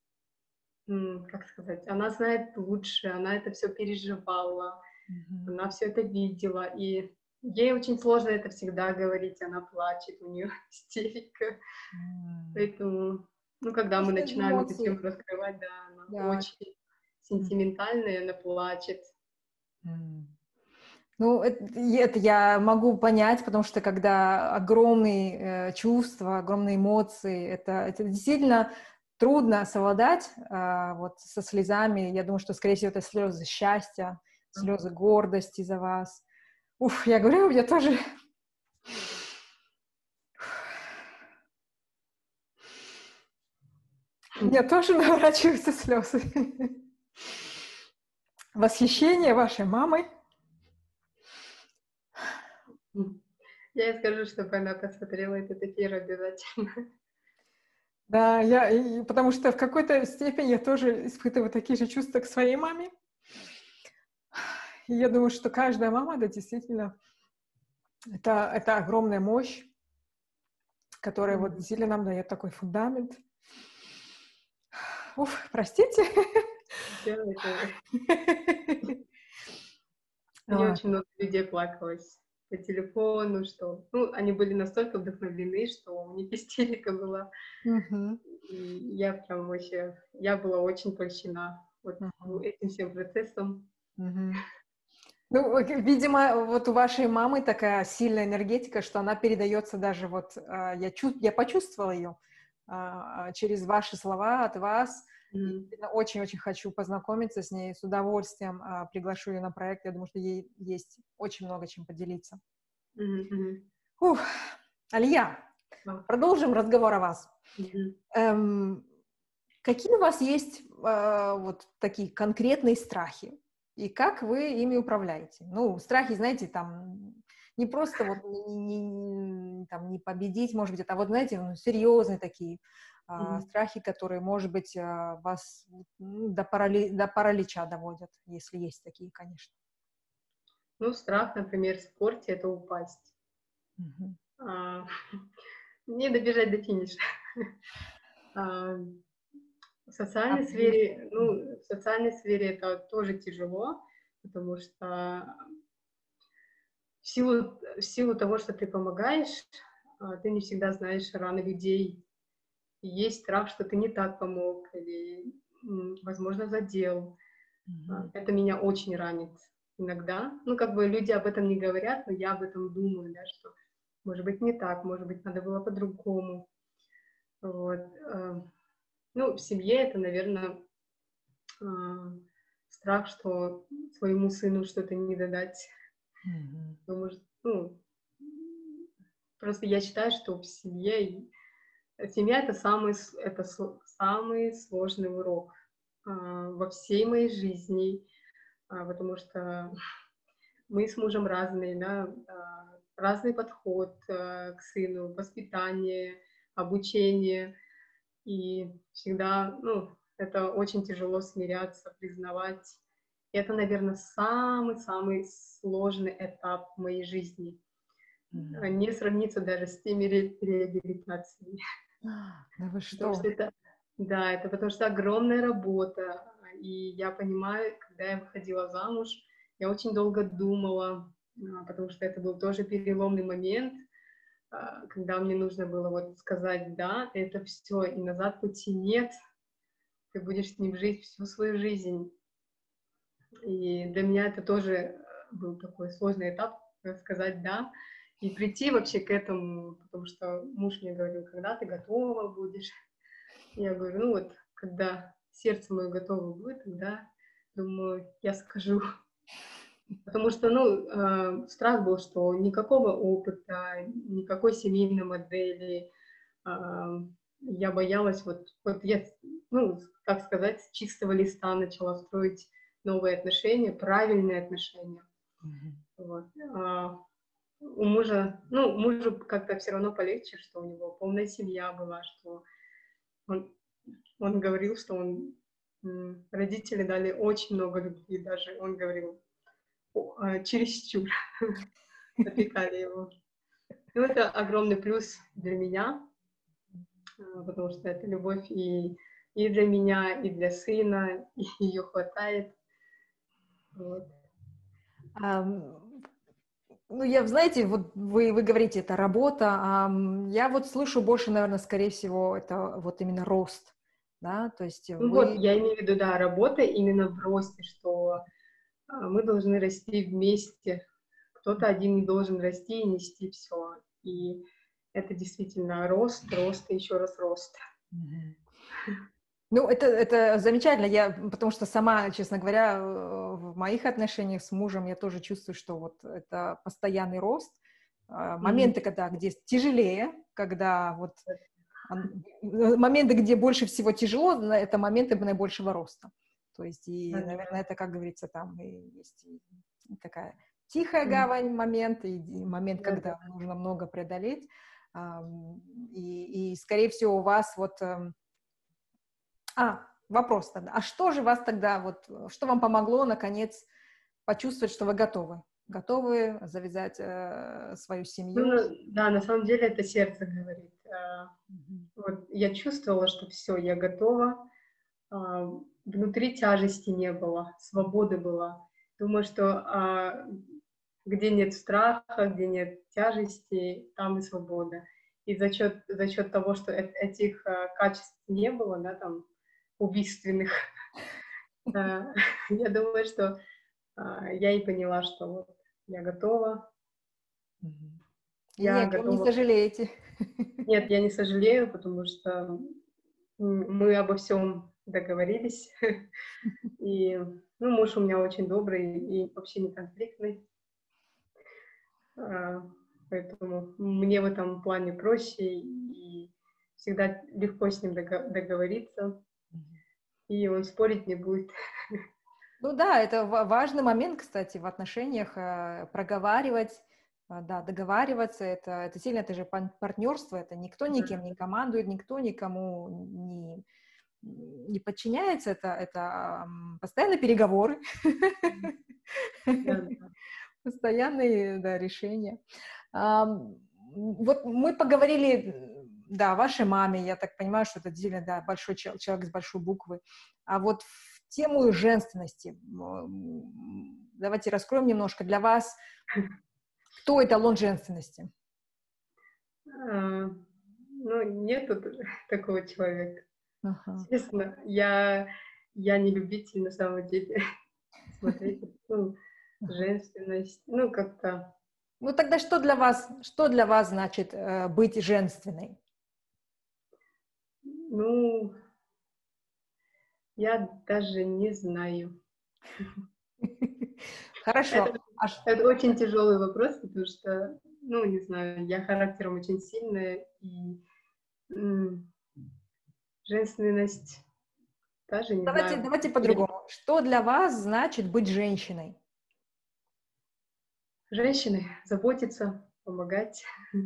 как сказать, она знает лучше, она это все переживала, mm-hmm. она все это видела, и ей очень сложно это всегда говорить, она плачет, у нее истерика, mm-hmm. Поэтому, ну, когда мы начинаем эту тему раскрывать, да, она да. очень сентиментальная, mm-hmm. она плачет. Mm-hmm. Ну, это, это я могу понять, потому что когда огромные э, чувства, огромные эмоции, это, это действительно трудно совладать э, вот со слезами. Я думаю, что, скорее всего, это слезы счастья, слезы гордости за вас. Уф, я говорю, у меня тоже... У меня тоже наворачиваются слезы. Восхищение вашей мамой. Я ей скажу, чтобы она посмотрела этот эфир обязательно. Да, я, и, потому что в какой-то степени я тоже испытываю такие же чувства к своей маме. И я думаю, что каждая мама, да, действительно, это, это огромная мощь, которая вот действительно нам дает такой фундамент. Уф, простите. Мне очень много людей плакалось по телефону, что, ну, они были настолько вдохновлены, что у них истерика была. Uh-huh. И я прям вообще, я была очень польщена вот Uh-huh. этим всем процессом. Uh-huh. Ну, видимо, вот у вашей мамы такая сильная энергетика, что она передается даже вот, я, чу, я почувствовала ее через ваши слова от вас. Mm-hmm. Очень-очень хочу познакомиться с ней, с удовольствием а, приглашу ее на проект. Я думаю, что ей есть очень много чем поделиться. Mm-hmm. Ух. Алия, oh. Продолжим разговор о вас. Mm-hmm. Эм, какие у вас есть э, вот такие конкретные страхи? И как вы ими управляете? Ну, страхи, знаете, там не просто вот не, не, там, не победить, может быть, это, а вот, знаете, ну, серьезные такие Mm-hmm. страхи, которые, может быть, вас до, парали... до паралича доводят, если есть такие, конечно. Ну, страх, например, в спорте — это упасть. Mm-hmm. А, не добежать до финиша. а, в социальной сфере, ну, в социальной сфере это тоже тяжело, потому что в силу, в силу того, что ты помогаешь, ты не всегда знаешь раны людей. И есть страх, что ты не так помог или, возможно, задел. Mm-hmm. Это меня очень ранит иногда. Ну, как бы люди об этом не говорят, но я об этом думаю, да, что, может быть, не так, может быть, надо было по-другому. Вот. Ну, в семье это, наверное, страх, что своему сыну что-то не додать. Mm-hmm. Может, ну, просто я считаю, что в семье семья — это самый, это самый сложный урок а, во всей моей жизни, а, потому что мы с мужем разные, да, а, разный подход а, к сыну, воспитание, обучение, и всегда, ну, это очень тяжело смиряться, признавать. И это, наверное, самый-самый сложный этап в моей жизни. Mm-hmm. Не сравнится даже с теми ре- реабилитациями. Да вы что? Потому что это, да, это потому что огромная работа. И я понимаю, когда я выходила замуж, я очень долго думала, потому что это был тоже переломный момент, когда мне нужно было вот сказать «да», это все, и назад пути нет, ты будешь с ним жить всю свою жизнь. И для меня это тоже был такой сложный этап, сказать «да», и прийти вообще к этому, потому что муж мне говорил, когда ты готова будешь. Я говорю, ну вот, когда сердце мое готово будет, тогда, думаю, я скажу. Потому что, ну, э, страх был, что никакого опыта, никакой семейной модели. Э, я боялась, вот, вот я, ну, как сказать, с чистого листа начала строить новые отношения, правильные отношения. Mm-hmm. Вот. А у мужа, ну, мужу как-то все равно полегче, что у него полная семья была, что он, он говорил, что он, родители дали очень много любви, даже он говорил, чересчур опекали его. Ну, это огромный плюс для меня, потому что это любовь и, и для меня, и для сына, и ее хватает. Вот. Um... Ну, я, знаете, вот вы, вы говорите, это работа, а я вот слышу больше, наверное, скорее всего, это вот именно рост, да, то есть Ну вы... вот, я имею в виду, да, работа именно в росте, что мы должны расти вместе, кто-то один не должен расти и нести все. И это действительно рост, рост и еще раз рост. Ну, это, это замечательно, я, потому что сама, честно говоря, в моих отношениях с мужем я тоже чувствую, что вот это постоянный рост. Моменты, Mm-hmm. когда, где тяжелее, когда вот моменты, где больше всего тяжело, это моменты наибольшего роста. То есть, и, mm-hmm. наверное, это, как говорится, там и есть и такая тихая mm-hmm. гавань момент, и момент, mm-hmm. когда нужно много преодолеть. И, и, скорее всего, у вас вот... А, вопрос тогда. А что же вас тогда, вот, что вам помогло, наконец, почувствовать, что вы готовы? Готовы завязать э, свою семью? Ну, да, на самом деле это сердце говорит. Mm-hmm. Вот, я чувствовала, что все, я готова. Внутри тяжести не было, свободы была. Думаю, что где нет страха, где нет тяжести, там и свобода. И за счет, за счет того, что этих качеств не было, да, там, убийственных, я думаю, что я и поняла, что вот я готова. И я ни о ком не сожалеете. Нет, я не сожалею, потому что мы обо всем договорились. И, ну, муж у меня очень добрый и вообще не конфликтный. Поэтому мне в этом плане проще и всегда легко с ним договориться. И он спорить не будет. Ну да, это важный момент, кстати, в отношениях, проговаривать, да, договариваться, это, это сильно, это же партнерство, это никто никем не командует, никто никому не, не подчиняется, это, это постоянные переговоры, постоянные, да, решения. Вот мы поговорили, да, о вашей маме, я так понимаю, что это действительно, да, большой человек с большой буквы, а вот в тему женственности, давайте раскроем немножко для вас, кто эталон женственности? А, ну, нету такого человека. Ага. Честно, я, я не любитель на самом деле смотреть, ну, женственность, ну, как-то... Ну, тогда что для вас, что для вас значит э, быть женственной? Ну, я даже не знаю. Хорошо. Это, это очень тяжелый вопрос, потому что, ну, не знаю, я характером очень сильная, и м- женственность даже не давайте, знаю. давайте по-другому. Что для вас значит быть женщиной? Женщины заботиться, помогать,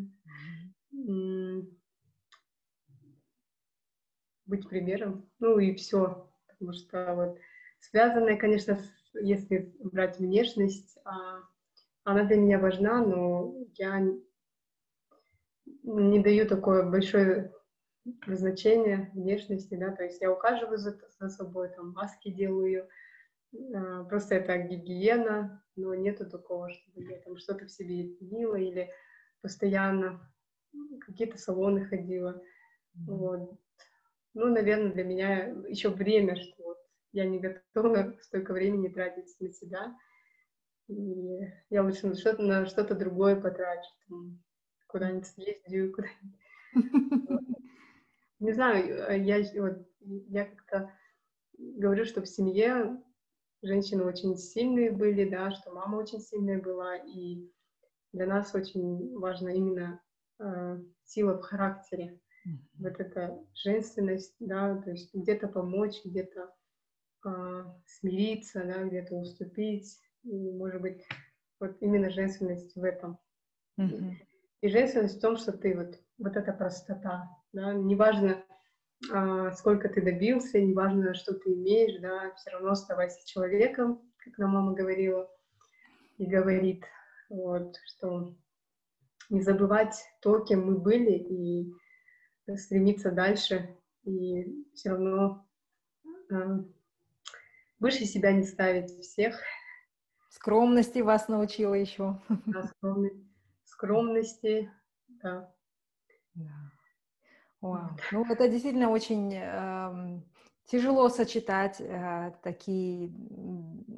быть примером, ну и все, потому что вот связанное, конечно, с, если брать внешность, а, она для меня важна, но я не даю такое большое значение внешности, да, то есть я ухаживаю за, за собой, там, маски делаю, а, просто это гигиена, но нету такого, чтобы я там что-то в себе изменила или постоянно в какие-то салоны ходила, mm-hmm. вот. Ну, наверное, для меня еще время, что вот я не готова столько времени тратить на себя, и я лучше на что-то, на что-то другое потрачу, там, куда-нибудь съездю, куда-нибудь. Не знаю, я, вот, я как-то говорю, что в семье женщины очень сильные были, да, что мама очень сильная была, и для нас очень важна именно э, сила в характере. Вот эта женственность, да, то есть где-то помочь, где-то э, смириться, да, где-то уступить, и, может быть, вот именно женственность в этом. Mm-hmm. И женственность в том, что ты вот, вот эта простота, да, неважно, э, сколько ты добился, неважно, что ты имеешь, да, все равно оставайся человеком, как нам мама говорила и говорит, вот, что не забывать то, кем мы были, и стремиться дальше, и все равно э, выше себя не ставить всех. Скромности вас научила еще. Да, скромности, скромности, да. Да. Вау. Ну, это действительно очень э, тяжело сочетать э, такие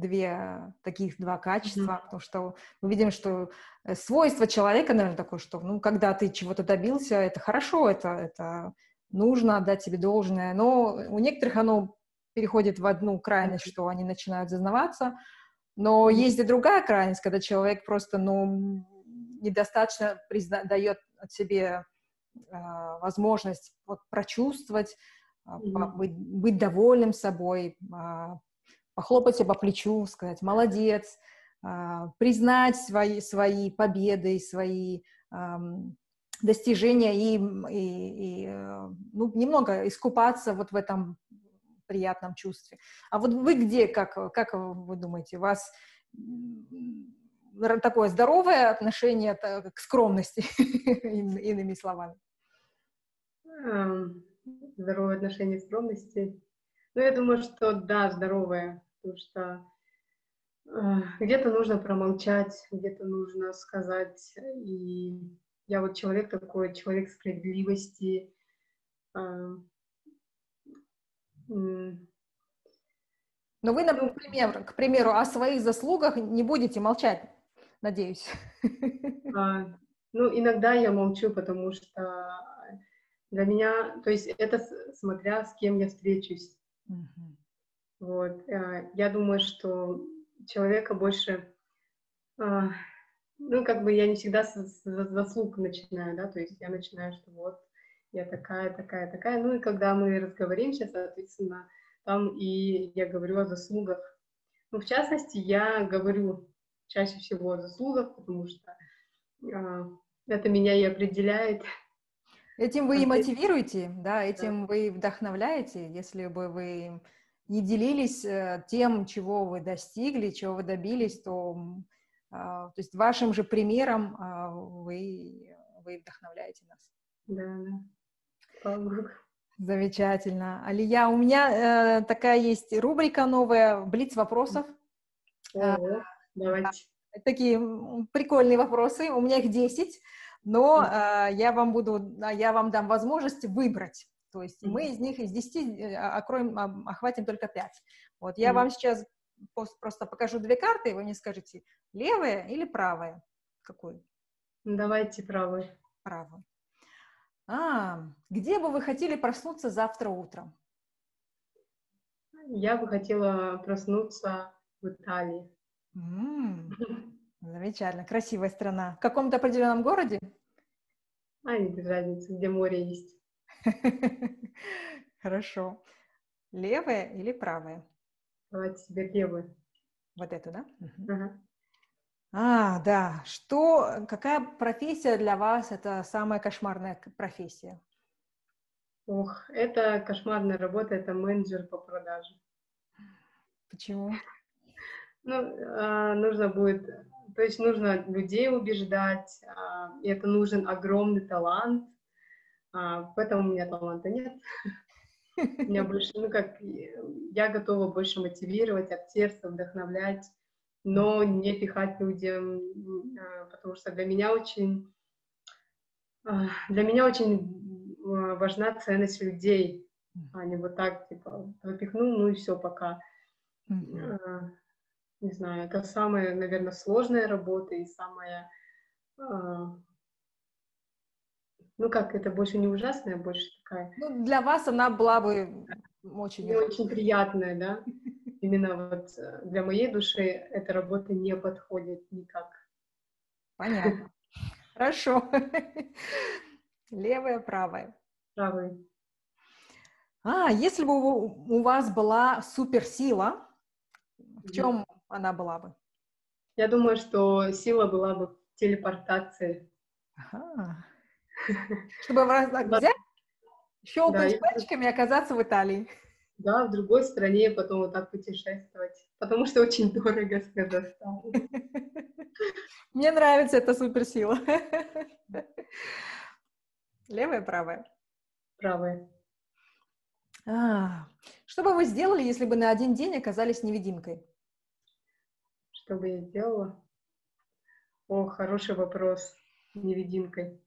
две таких два качества, Мгм. потому что мы видим, что э, свойство человека, наверное, такое, что, ну, когда ты чего-то добился, это хорошо, это, это нужно отдать себе должное, но у некоторых оно переходит в одну крайность, что они начинают зазнаваться, но Мгм. есть и другая крайность, когда человек просто, ну, недостаточно призна- дает от себе а, возможность вот прочувствовать, а, по- Мгм. быть, быть довольным собой, а, похлопать себя по плечу, сказать «молодец», а, признать свои, свои победы, свои ам, достижения и, и, и, э, ну, немного искупаться вот в этом приятном чувстве. А вот вы где, как, как вы думаете, у вас м, такое здоровое отношение та- к скромности, ин- иными словами? Ам, Здоровое отношение к скромности. Ну, я думаю, что да, здоровое, потому что а, где-то нужно промолчать, где-то нужно сказать. И я вот человек такой, человек справедливости. а, м, Но вы, Ну, например, к примеру, о своих заслугах не будете молчать, надеюсь. а, ну, иногда я молчу, потому что для меня, то есть это с- смотря с кем я встречусь. Мгм. Вот. а, Я думаю, что человека больше, а, ну, как бы я не всегда с с заслуг начинаю, да, то есть я начинаю, что вот я такая, такая, такая. Ну, и когда мы разговоримся, соответственно, там и я говорю о заслугах. Ну, в частности, я говорю чаще всего о заслугах, потому что, а, это меня и определяет. Этим вы и Ответ мотивируете, да, Да, этим вы вдохновляете. Если бы вы не делились э, тем, чего вы достигли, чего вы добились, то, м, а, то есть вашим же примером а, вы, вы вдохновляете нас. да, да. Слава Богу. Замечательно. Алия, у меня э, такая есть рубрика новая, блиц вопросов. А, Ого, да, давайте. такие м, прикольные вопросы. У меня их десять, но а, я вам буду, а, я вам дам возможность выбрать. То есть мы Мгм. из них, из десяти, э, а- окроем, ам, охватим только пять. Вот я Мгм. вам сейчас пос- просто покажу две карты, и вы мне скажете, левая или правая? Какую? Ну, давайте правой. Правую. А, где бы вы хотели проснуться завтра утром? Я бы хотела проснуться в Италии. М, замечательно, красивая страна. В каком-то определенном городе? А, не без разницы, где море есть. Хорошо. Левая или правая? Давайте себе левую. Вот эту, да? Мгм. Ага. А, да. Что, какая профессия для вас это самая кошмарная к- профессия? Ох, это кошмарная работа, это менеджер по продаже. Почему? Ну, а, нужно будет, то есть нужно людей убеждать, а, и это нужен огромный талант. А, в этом у меня таланта нет. У меня больше, ну как, и, я готова больше мотивировать, актерство, вдохновлять, но не пихать людям, м, а, потому что для меня очень, а, для меня очень м, важна ценность людей, а не вот так, типа, запихнул, ну и все, пока. Мгм. А, Не знаю, это самая, наверное, сложная работа и самая, а, ну как, это больше не ужасная, больше такая, Ну, для вас она была бы очень не очень ужасной. приятная, да. Именно вот э, для моей души эта работа не подходит никак. Понятно. Хорошо. Левая, правая. Правый. А, если бы у, у вас была суперсила, в Мгм. чем она была бы? Я думаю, что сила была бы в телепортации. Ага. Чтобы вас так Да, взять, да, щелкнуть и в пальчиками и оказаться в Италии. да, в другой стране потом вот так путешествовать, потому что очень дорого с Казахстана. Мне нравится эта суперсила. Левая, правая. Правая. А, что бы вы сделали, если бы на один день оказались невидимкой? Что бы я сделала? О, хороший вопрос. Невидимкой.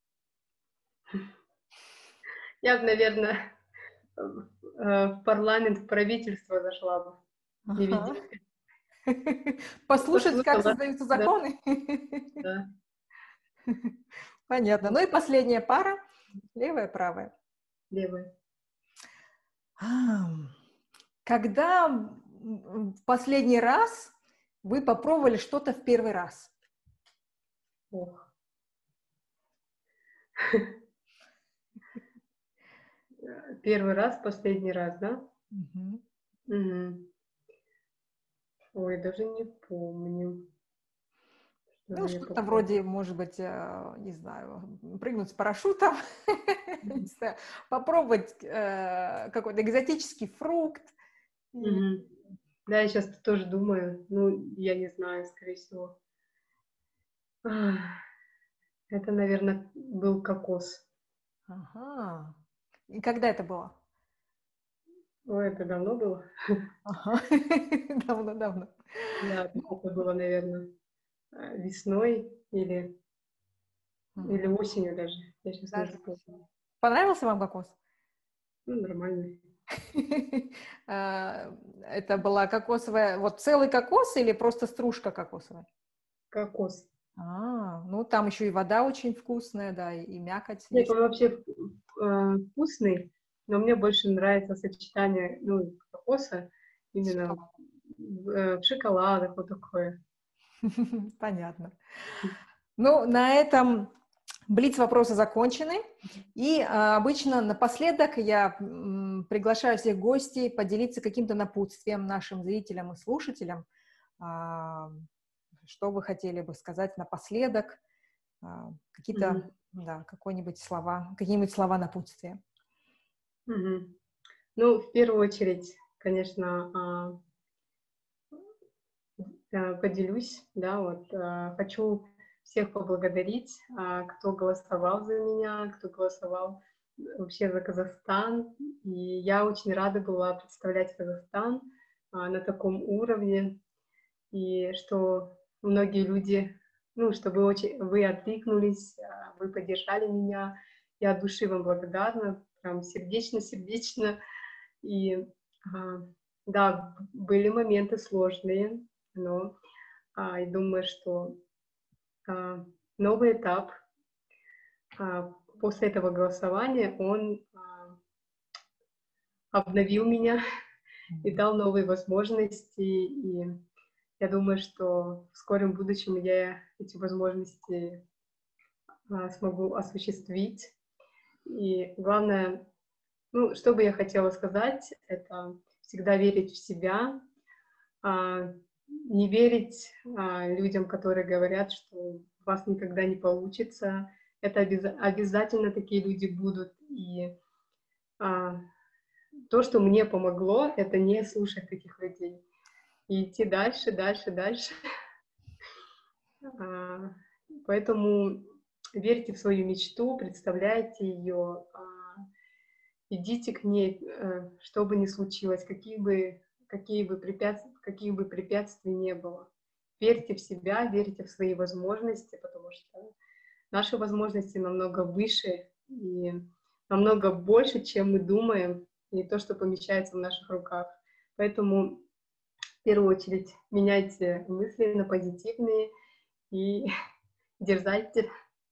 Я бы, наверное, в парламент, в правительство зашла бы Ага. невидимкой. Послушать, как Послушала. создаются Да, законы? да, Понятно. Ну и последняя пара. Левая, правая. левая. Ам, Когда м, в последний раз вы попробовали что-то в первый раз? Ох. Первый раз, последний раз, да? Мгм. Мгм. Ой, даже не помню, что Ну, же я что-то попробовала. вроде, может быть, э, не знаю, прыгнуть с парашютом, не Мгм. знаю, попробовать э, какой-то экзотический фрукт. И- Мгм. Да, я сейчас тоже думаю, ну, я не знаю, скорее всего. Ах, это, наверное, был кокос. Ага. И когда это было? Ой, это давно было. Ага. Давно-давно. Да, Ну, это было, наверное, весной или, или мгм. осенью даже. Я сейчас не Даже вспомню. понравился вам кокос? Ну, нормально. А, Это была кокосовая, вот целый кокос или просто стружка кокосовая? Кокос. А, ну там еще и вода очень вкусная, да, и, и мякоть Нет, есть. он вообще э, вкусный, но мне больше нравится сочетание, ну, кокоса именно Шоколад. в, э, в шоколадах, вот такое. Понятно. Ну, на этом блиц-вопросы закончены. И а, обычно напоследок я м, приглашаю всех гостей поделиться каким-то напутствием нашим зрителям и слушателям. А, что вы хотели бы сказать напоследок? А, какие-то, Мгм. да, какие-нибудь слова, какие-нибудь слова напутствия. Мгм. Ну, в первую очередь, конечно, а, э, поделюсь, да, вот, а, хочу всех поблагодарить, а, кто голосовал за меня, кто голосовал вообще за Казахстан. И я очень рада была представлять Казахстан а, на таком уровне, и что многие люди, ну, что вы очень, вы откликнулись, а, вы поддержали меня. Я от души вам благодарна, прям сердечно-сердечно. И а, да, были моменты сложные, но а, и думаю, что а, новый этап а, после этого голосования, он а, обновил меня и Мгм. дал новые возможности. И я думаю, что в скором будущем я эти возможности а, смогу осуществить. И главное, ну, что бы я хотела сказать, это всегда верить в себя, а, не верить а, людям, которые говорят, что у вас никогда не получится. Это обяза- обязательно такие люди будут. И а, то, что мне помогло, это не слушать таких людей. И идти дальше, дальше, дальше. А, поэтому верьте в свою мечту, представляйте ее, а, идите к ней, э, что бы ни случилось, какие бы, какие бы препятствия, каких бы препятствий не было. Верьте в себя, верьте в свои возможности, потому что наши возможности намного выше и намного больше, чем мы думаем, и то, что помещается в наших руках. Поэтому в первую очередь меняйте мысли на позитивные и дерзайте.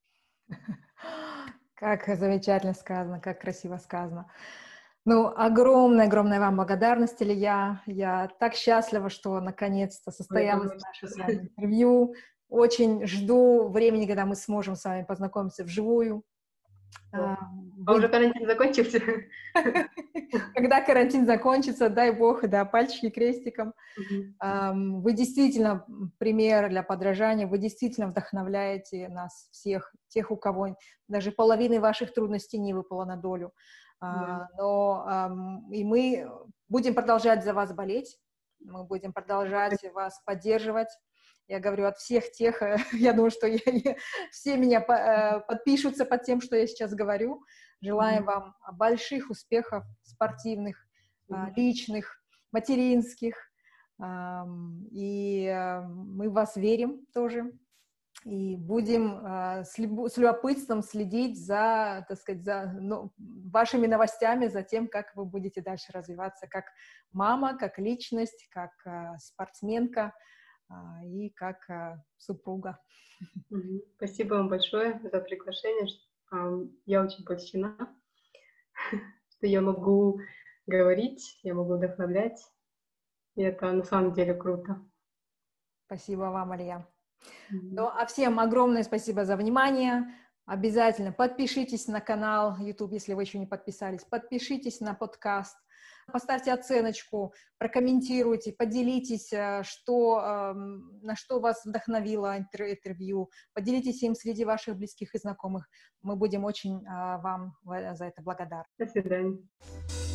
Как замечательно сказано, как красиво сказано. Ну, огромная-огромная вам благодарность, Илья. Я так счастлива, что наконец-то Я состоялось тоже очень наше с рада. вами интервью. Очень жду времени, когда мы сможем с вами познакомиться вживую. А, А уже Вы, карантин закончился? когда карантин закончится, дай бог, да, пальчики крестиком. Мгм. Ам, Вы действительно пример для подражания, вы действительно вдохновляете нас всех, тех, у кого даже половины ваших трудностей не выпало на долю. Да. А, Но ам, и мы будем продолжать за вас болеть, мы будем продолжать вас поддерживать. Я говорю от всех тех, э, я думаю, что я- я- все меня по- э, подпишутся под тем, что я сейчас говорю. Желаем Мгм. вам больших успехов спортивных, а, Мгм. личных, материнских. Ам, И а, мы в вас верим тоже. И будем э, с, люб- с любопытством следить за, так сказать, за ну, вашими новостями, за тем, как вы будете дальше развиваться как мама, как личность, как э, спортсменка э, и как э, супруга. Мгм. Спасибо вам большое за приглашение. ш- ам, Я очень польщена, что я могу говорить, я могу вдохновлять. И это на самом деле круто. Спасибо вам, Алия. Мгм. Ну, а всем огромное спасибо за внимание. Обязательно подпишитесь на канал YouTube, если вы еще не подписались. Подпишитесь на подкаст. Поставьте оценочку, прокомментируйте, поделитесь, э, что, эм, на что вас вдохновило интер- интервью. Поделитесь им среди ваших близких и знакомых. Мы будем очень э, вам в- за это благодарны. До свидания.